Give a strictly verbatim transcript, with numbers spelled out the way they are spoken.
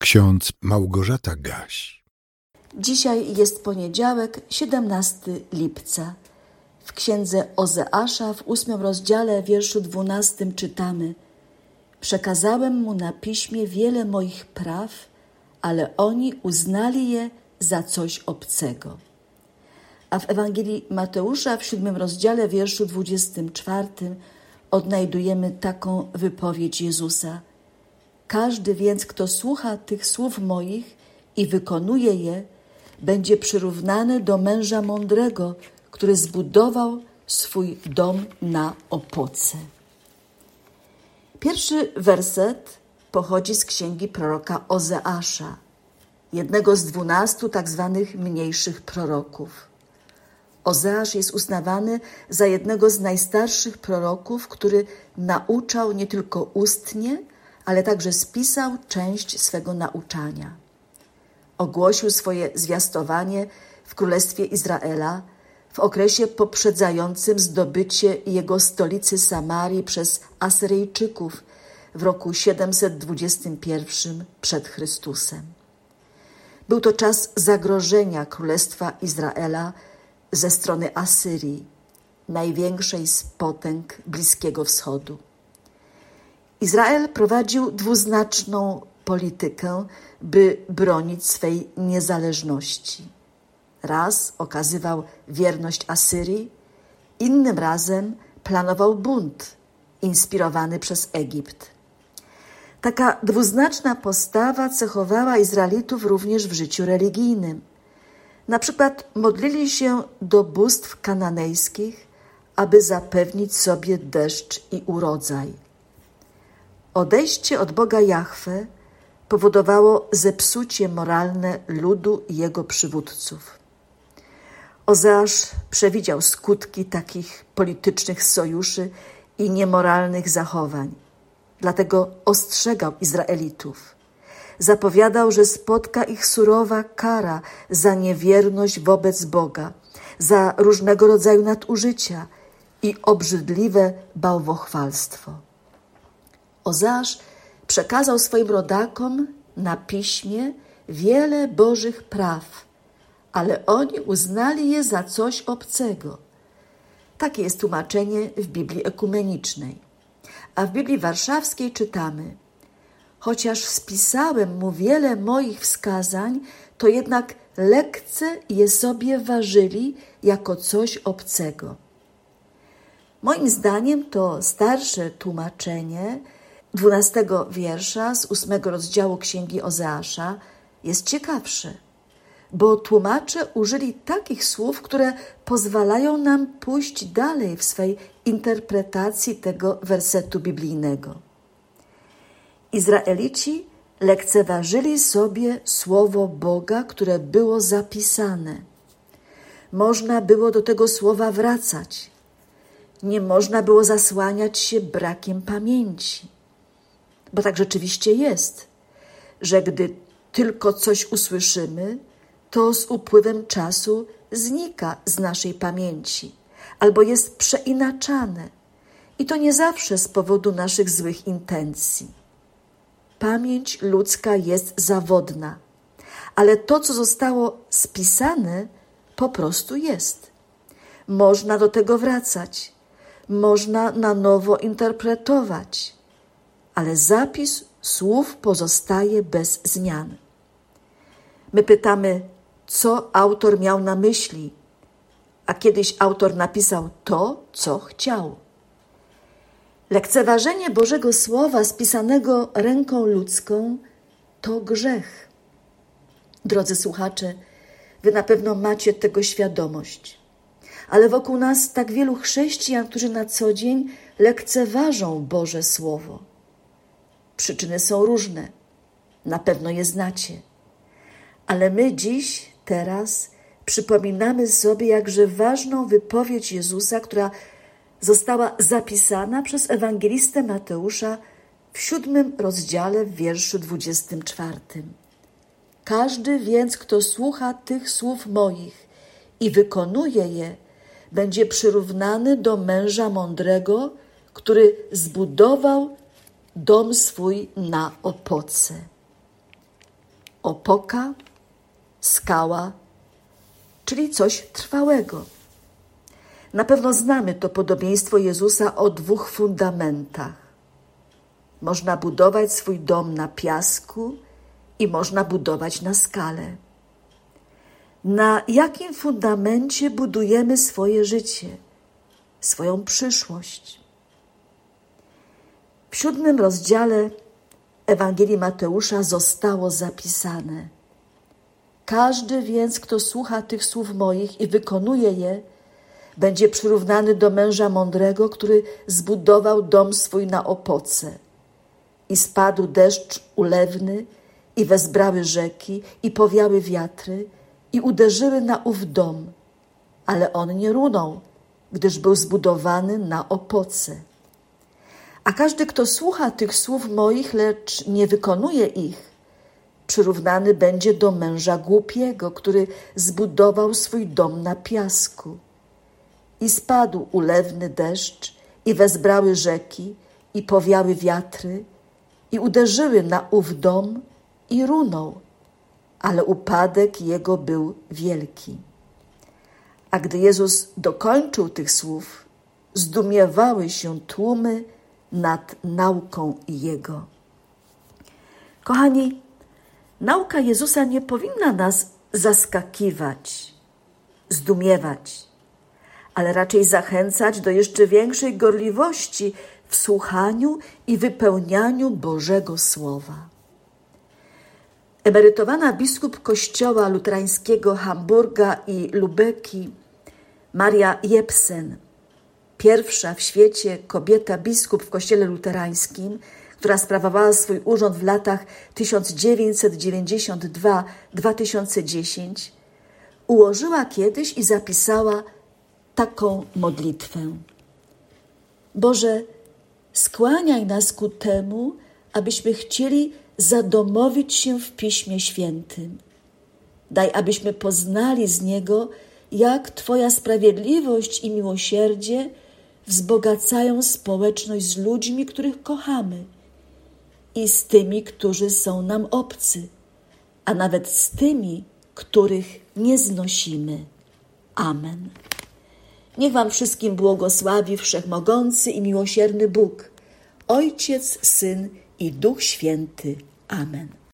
ksiądz Małgorzata Gaś. Dzisiaj jest poniedziałek, siedemnastego lipca. W księdze Ozeasza w ósmym rozdziale, wierszu dwunastym czytamy: Przekazałem mu na piśmie wiele moich praw, ale oni uznali je za coś obcego. A w Ewangelii Mateusza w siódmym rozdziale, wierszu dwudziestym czwartym odnajdujemy taką wypowiedź Jezusa: Każdy więc, kto słucha tych słów moich i wykonuje je, będzie przyrównany do męża mądrego, który zbudował swój dom na opoce. Pierwszy werset pochodzi z księgi proroka Ozeasza, jednego z dwunastu tak zwanych mniejszych proroków. Ozeasz jest uznawany za jednego z najstarszych proroków, który nauczał nie tylko ustnie, ale także spisał część swego nauczania. Ogłosił swoje zwiastowanie w Królestwie Izraela w okresie poprzedzającym zdobycie jego stolicy Samarii przez Asyryjczyków w roku siedemset dwudziestym pierwszym przed Chrystusem. Był to czas zagrożenia Królestwa Izraela ze strony Asyrii, największej z potęg Bliskiego Wschodu. Izrael prowadził dwuznaczną politykę, by bronić swej niezależności. Raz okazywał wierność Asyrii, innym razem planował bunt inspirowany przez Egipt. Taka dwuznaczna postawa cechowała Izraelitów również w życiu religijnym. Na przykład modlili się do bóstw kananejskich, aby zapewnić sobie deszcz i urodzaj. Odejście od Boga Jahwe powodowało zepsucie moralne ludu i jego przywódców. Ozeasz przewidział skutki takich politycznych sojuszy i niemoralnych zachowań. Dlatego ostrzegał Izraelitów. Zapowiadał, że spotka ich surowa kara za niewierność wobec Boga, za różnego rodzaju nadużycia i obrzydliwe bałwochwalstwo. Ozeasz przekazał swoim rodakom na piśmie wiele Bożych praw, ale oni uznali je za coś obcego. Takie jest tłumaczenie w Biblii Ekumenicznej. A w Biblii Warszawskiej czytamy: Chociaż spisałem mu wiele moich wskazań, to jednak lekce je sobie ważyli jako coś obcego. Moim zdaniem to starsze tłumaczenie dwunastego wiersza z ósmego rozdziału księgi Ozeasza jest ciekawsze, bo tłumacze użyli takich słów, które pozwalają nam pójść dalej w swej interpretacji tego wersetu biblijnego. Izraelici lekceważyli sobie słowo Boga, które było zapisane. Można było do tego słowa wracać. Nie można było zasłaniać się brakiem pamięci. Bo tak rzeczywiście jest, że gdy tylko coś usłyszymy, to z upływem czasu znika z naszej pamięci albo jest przeinaczane. I to nie zawsze z powodu naszych złych intencji. Pamięć ludzka jest zawodna, ale to, co zostało spisane, po prostu jest. Można do tego wracać, można na nowo interpretować, ale zapis słów pozostaje bez zmian. My pytamy, co autor miał na myśli, a kiedyś autor napisał to, co chciał. Lekceważenie Bożego Słowa spisanego ręką ludzką to grzech. Drodzy słuchacze, wy na pewno macie tego świadomość, ale wokół nas tak wielu chrześcijan, którzy na co dzień lekceważą Boże Słowo. Przyczyny są różne, na pewno je znacie, ale my dziś, teraz przypominamy sobie jakże ważną wypowiedź Jezusa, która została zapisana przez ewangelistę Mateusza w siódmym rozdziale w wierszu dwudziestym czwartym. Każdy więc, kto słucha tych słów moich i wykonuje je, będzie przyrównany do męża mądrego, który zbudował dom swój na opoce. opoka, skała, czyli coś trwałego. Na pewno znamy to podobieństwo Jezusa o dwóch fundamentach. Można budować swój dom na piasku i można budować na skale. Na jakim fundamencie budujemy swoje życie, swoją przyszłość? W siódmym rozdziale Ewangelii Mateusza zostało zapisane: każdy więc, kto słucha tych słów moich i wykonuje je, będzie przyrównany do męża mądrego, który zbudował dom swój na opoce. I spadł deszcz ulewny, i wezbrały rzeki, i powiały wiatry, i uderzyły na ów dom, ale on nie runął, gdyż był zbudowany na opoce. A każdy, kto słucha tych słów moich, lecz nie wykonuje ich, przyrównany będzie do męża głupiego, który zbudował swój dom na piasku. I spadł ulewny deszcz, i wezbrały rzeki, i powiały wiatry, i uderzyły na ów dom, i runął, ale upadek jego był wielki. A gdy Jezus dokończył tych słów, zdumiewały się tłumy nad nauką Jego. Kochani, nauka Jezusa nie powinna nas zaskakiwać, zdumiewać, ale raczej zachęcać do jeszcze większej gorliwości w słuchaniu i wypełnianiu Bożego Słowa. Emerytowana biskup Kościoła Luterańskiego Hamburga i Lubeki, Maria Jebsen, pierwsza w świecie kobieta biskup w Kościele Luterańskim, która sprawowała swój urząd w latach tysiąc dziewięćset dziewięćdziesiąt dwa do dwa tysiące dziesięć, ułożyła kiedyś i zapisała taką modlitwę: Boże, skłaniaj nas ku temu, abyśmy chcieli zadomowić się w Piśmie Świętym. Daj, abyśmy poznali z niego, jak Twoja sprawiedliwość i miłosierdzie wzbogacają społeczność z ludźmi, których kochamy, i z tymi, którzy są nam obcy, a nawet z tymi, których nie znosimy. Amen. Niech Wam wszystkim błogosławi Wszechmogący i miłosierny Bóg, Ojciec, Syn i Duch Święty. Amen.